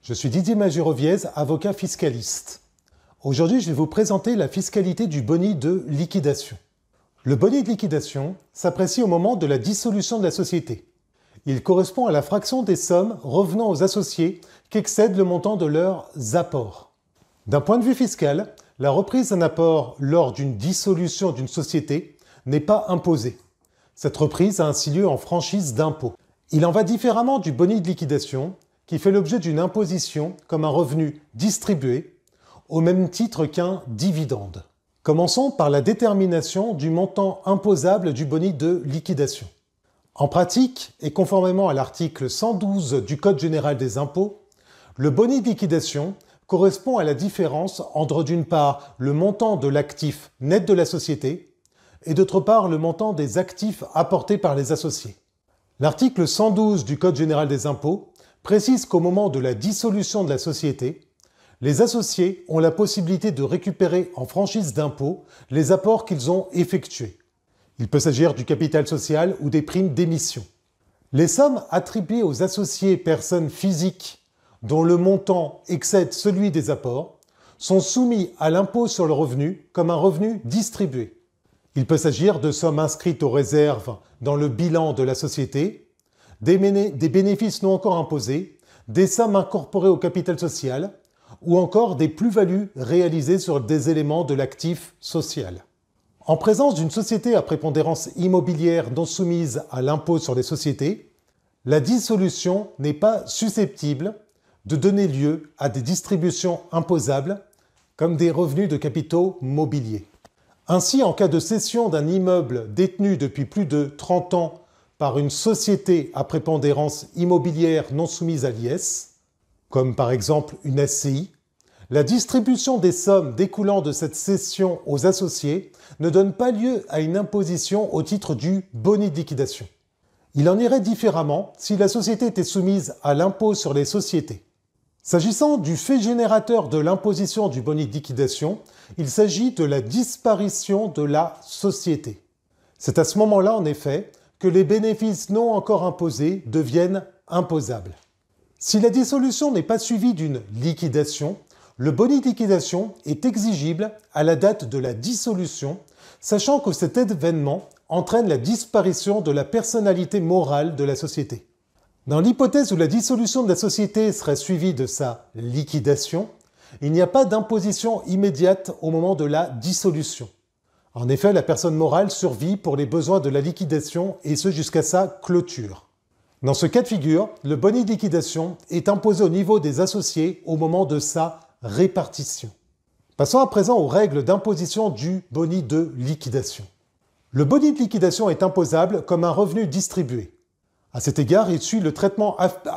Je suis Didier Magiroviez, avocat fiscaliste. Aujourd'hui, je vais vous présenter la fiscalité du boni de liquidation. Le boni de liquidation s'apprécie au moment de la dissolution de la société. Il correspond à la fraction des sommes revenant aux associés qui excèdent le montant de leurs apports. D'un point de vue fiscal, la reprise d'un apport lors d'une dissolution d'une société n'est pas imposée. Cette reprise a ainsi lieu en franchise d'impôt. Il en va différemment du boni de liquidation qui fait l'objet d'une imposition comme un revenu distribué, au même titre qu'un dividende. Commençons par la détermination du montant imposable du boni de liquidation. En pratique, et conformément à l'article 112 du Code général des impôts, le boni de liquidation correspond à la différence entre d'une part le montant de l'actif net de la société et d'autre part le montant des actifs apportés par les associés. L'article 112 du Code général des impôts précise qu'au moment de la dissolution de la société, les associés ont la possibilité de récupérer en franchise d'impôt les apports qu'ils ont effectués. Il peut s'agir du capital social ou des primes d'émission. Les sommes attribuées aux associés personnes physiques dont le montant excède celui des apports sont soumis à l'impôt sur le revenu comme un revenu distribué. Il peut s'agir de sommes inscrites aux réserves dans le bilan de la société, des bénéfices non encore imposés, des sommes incorporées au capital social ou encore des plus-values réalisées sur des éléments de l'actif social. En présence d'une société à prépondérance immobilière non soumise à l'impôt sur les sociétés, la dissolution n'est pas susceptible de donner lieu à des distributions imposables comme des revenus de capitaux mobiliers. Ainsi, en cas de cession d'un immeuble détenu depuis plus de 30 ans par une société à prépondérance immobilière non soumise à l'IS, comme par exemple une SCI, la distribution des sommes découlant de cette cession aux associés ne donne pas lieu à une imposition au titre du boni de liquidation. Il en irait différemment si la société était soumise à l'impôt sur les sociétés. S'agissant du fait générateur de l'imposition du boni de liquidation, il s'agit de la disparition de la société. C'est à ce moment-là, en effet, que les bénéfices non encore imposés deviennent imposables. Si la dissolution n'est pas suivie d'une liquidation, le boni de liquidation est exigible à la date de la dissolution, sachant que cet événement entraîne la disparition de la personnalité morale de la société. Dans l'hypothèse où la dissolution de la société serait suivie de sa liquidation, il n'y a pas d'imposition immédiate au moment de la dissolution. En effet, la personne morale survit pour les besoins de la liquidation et ce jusqu'à sa clôture. Dans ce cas de figure, le boni de liquidation est imposé au niveau des associés au moment de sa répartition. Passons à présent aux règles d'imposition du boni de liquidation. Le boni de liquidation est imposable comme un revenu distribué. À cet égard, il suit le traitement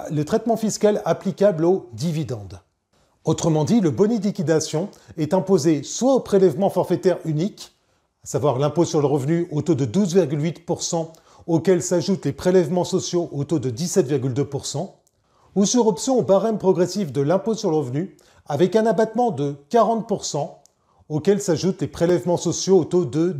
fiscal applicable aux dividendes. Autrement dit, le boni de liquidation est imposé soit au prélèvement forfaitaire unique, à savoir l'impôt sur le revenu au taux de 12,8%, auquel s'ajoutent les prélèvements sociaux au taux de 17,2%, ou sur option au barème progressif de l'impôt sur le revenu, avec un abattement de 40%, auquel s'ajoutent les prélèvements sociaux au taux de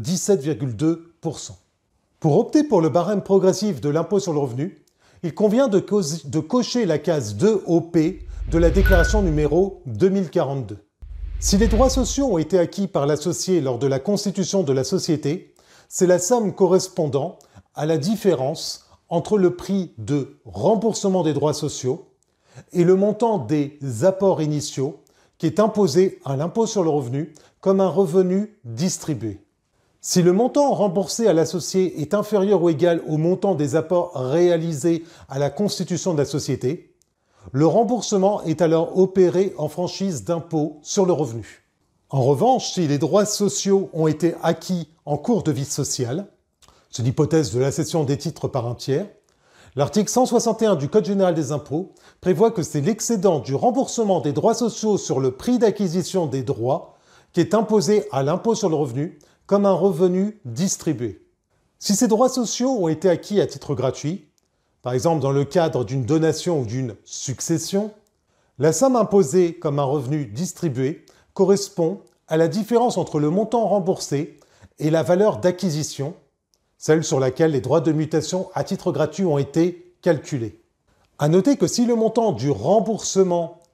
17,2%. Pour opter pour le barème progressif de l'impôt sur le revenu, il convient de cocher la case 2OP de la déclaration numéro 2042. Si les droits sociaux ont été acquis par l'associé lors de la constitution de la société, c'est la somme correspondant à la différence entre le prix de remboursement des droits sociaux et le montant des apports initiaux qui est imposé à l'impôt sur le revenu comme un revenu distribué. Si le montant remboursé à l'associé est inférieur ou égal au montant des apports réalisés à la constitution de la société, le remboursement est alors opéré en franchise d'impôt sur le revenu. En revanche, si les droits sociaux ont été acquis en cours de vie sociale, c'est l'hypothèse de la cession des titres par un tiers, l'article 161 du Code général des impôts prévoit que c'est l'excédent du remboursement des droits sociaux sur le prix d'acquisition des droits qui est imposé à l'impôt sur le revenu comme un revenu distribué. Si ces droits sociaux ont été acquis à titre gratuit, par exemple dans le cadre d'une donation ou d'une succession, la somme imposée comme un revenu distribué correspond à la différence entre le montant remboursé et la valeur d'acquisition, celle sur laquelle les droits de mutation à titre gratuit ont été calculés. À noter que si le montant du remboursement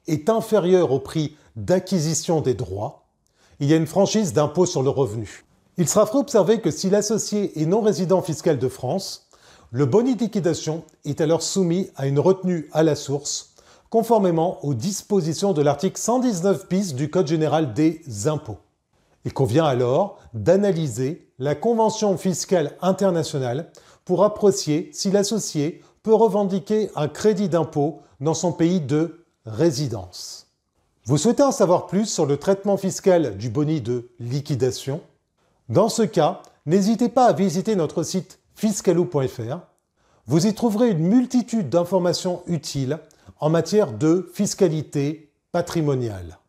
est inférieur au prix d'acquisition des droits, il y a une franchise d'impôt sur le revenu. Il sera fait observer que si l'associé est non résident fiscal de France, le boni de liquidation est alors soumis à une retenue à la source, conformément aux dispositions de l'article 119 bis du Code général des impôts. Il convient alors d'analyser la convention fiscale internationale pour apprécier si l'associé peut revendiquer un crédit d'impôt dans son pays de résidence. Vous souhaitez en savoir plus sur le traitement fiscal du boni de liquidation? Dans ce cas, n'hésitez pas à visiter notre site fiscalou.fr. Vous y trouverez une multitude d'informations utiles en matière de fiscalité patrimoniale.